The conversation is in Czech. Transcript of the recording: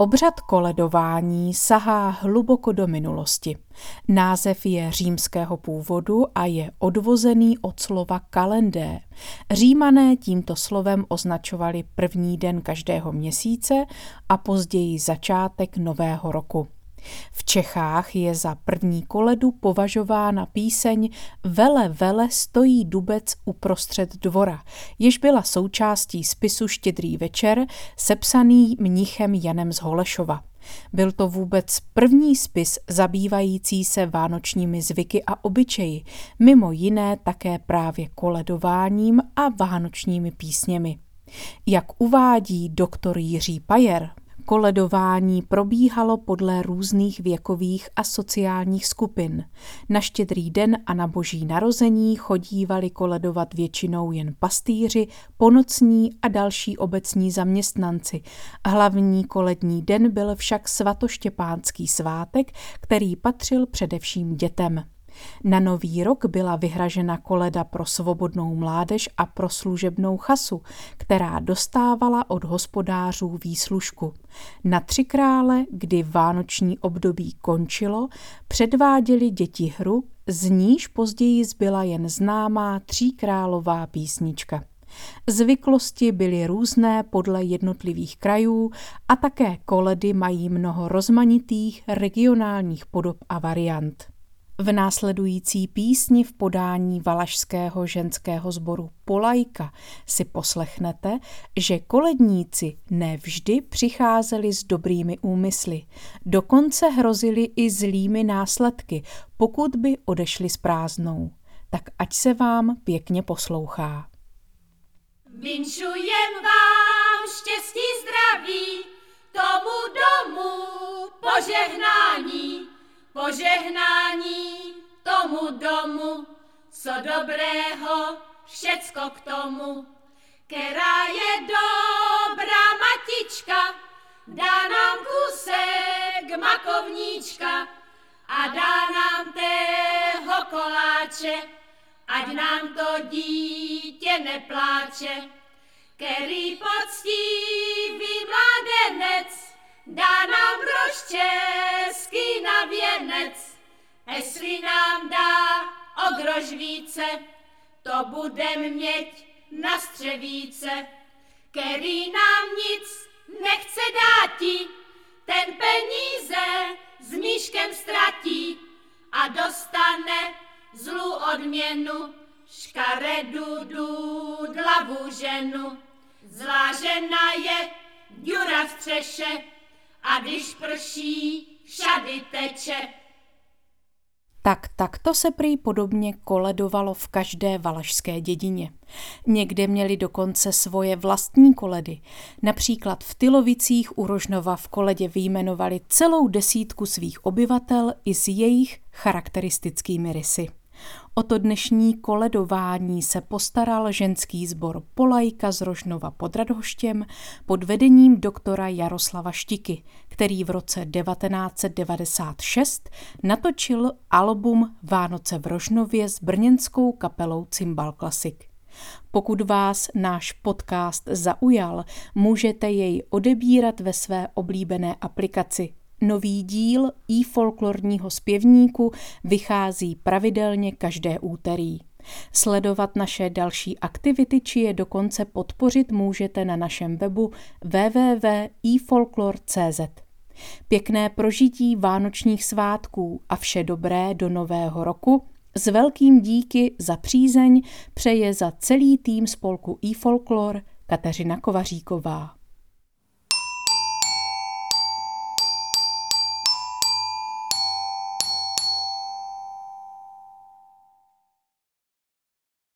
Obřad koledování sahá hluboko do minulosti. Název je římského původu a je odvozený od slova kalendé. Římané tímto slovem označovali první den každého měsíce a později začátek nového roku. V Čechách je za první koledu považována píseň Vele, vele stojí dubec uprostřed dvora, jež byla součástí spisu Štědrý večer, sepsaný mnichem Janem z Holešova. Byl to vůbec první spis zabývající se vánočními zvyky a obyčeji, mimo jiné také právě koledováním a vánočními písněmi. Jak uvádí doktor Jiří Pajer, koledování probíhalo podle různých věkových a sociálních skupin. Na Štědrý den a na Boží narození chodívali koledovat většinou jen pastýři, ponocní a další obecní zaměstnanci. Hlavní kolední den byl však svatoštěpánský svátek, který patřil především dětem. Na Nový rok byla vyhražena koleda pro svobodnou mládež a pro služebnou chasu, která dostávala od hospodářů výslužku. Na Tři krále, kdy vánoční období končilo, předváděli děti hru, z níž později zbyla jen známá tříkrálová písnička. Zvyklosti byly různé podle jednotlivých krajů a také koledy mají mnoho rozmanitých regionálních podob a variant. V následující písni v podání valašského ženského sboru Polajka si poslechnete, že koledníci nevždy přicházeli s dobrými úmysly, dokonce hrozili i zlými následky, pokud by odešli s prázdnou. Tak ať se vám pěkně poslouchá. Vinšujem vám štěstí, zdraví, tomu domu požehnání. Požehnání tomu domu, co dobrého, všecko k tomu. Která je dobrá matička, dá nám kusek makovníčka a dá nám tého koláče, ať nám to dítě nepláče. Který poctivý mládenec dá nám groš český na věnec, jestli nám dá o groš více, to budem měť na střevíce. Který nám nic nechce dáti, ten peníze s míškem ztratí a dostane zlou odměnu, škaredu dudlavou ženu. Zlá žena je děra v střeše, a když prší, všady teče. Takto se prý podobně koledovalo v každé valašské dědině. Někde měli dokonce svoje vlastní koledy. Například v Tylovicích u Rožnova v koledě vyjmenovali celou desítku svých obyvatel i s jejich charakteristickými rysy. O to dnešní koledování se postaral ženský sbor Polajka z Rožnova pod Radhoštěm pod vedením doktora Jaroslava Štiky, který v roce 1996 natočil album Vánoce v Rožnově s brněnskou kapelou Cymbal Classic. Pokud vás náš podcast zaujal, můžete jej odebírat ve své oblíbené aplikaci. Nový díl iFolklorního zpěvníku vychází pravidelně každé úterý. Sledovat naše další aktivity či je dokonce podpořit můžete na našem webu www.ifolklor.cz. Pěkné prožití vánočních svátků a vše dobré do nového roku s velkým díky za přízeň přeje za celý tým spolku iFolklor Kateřina Kovaříková.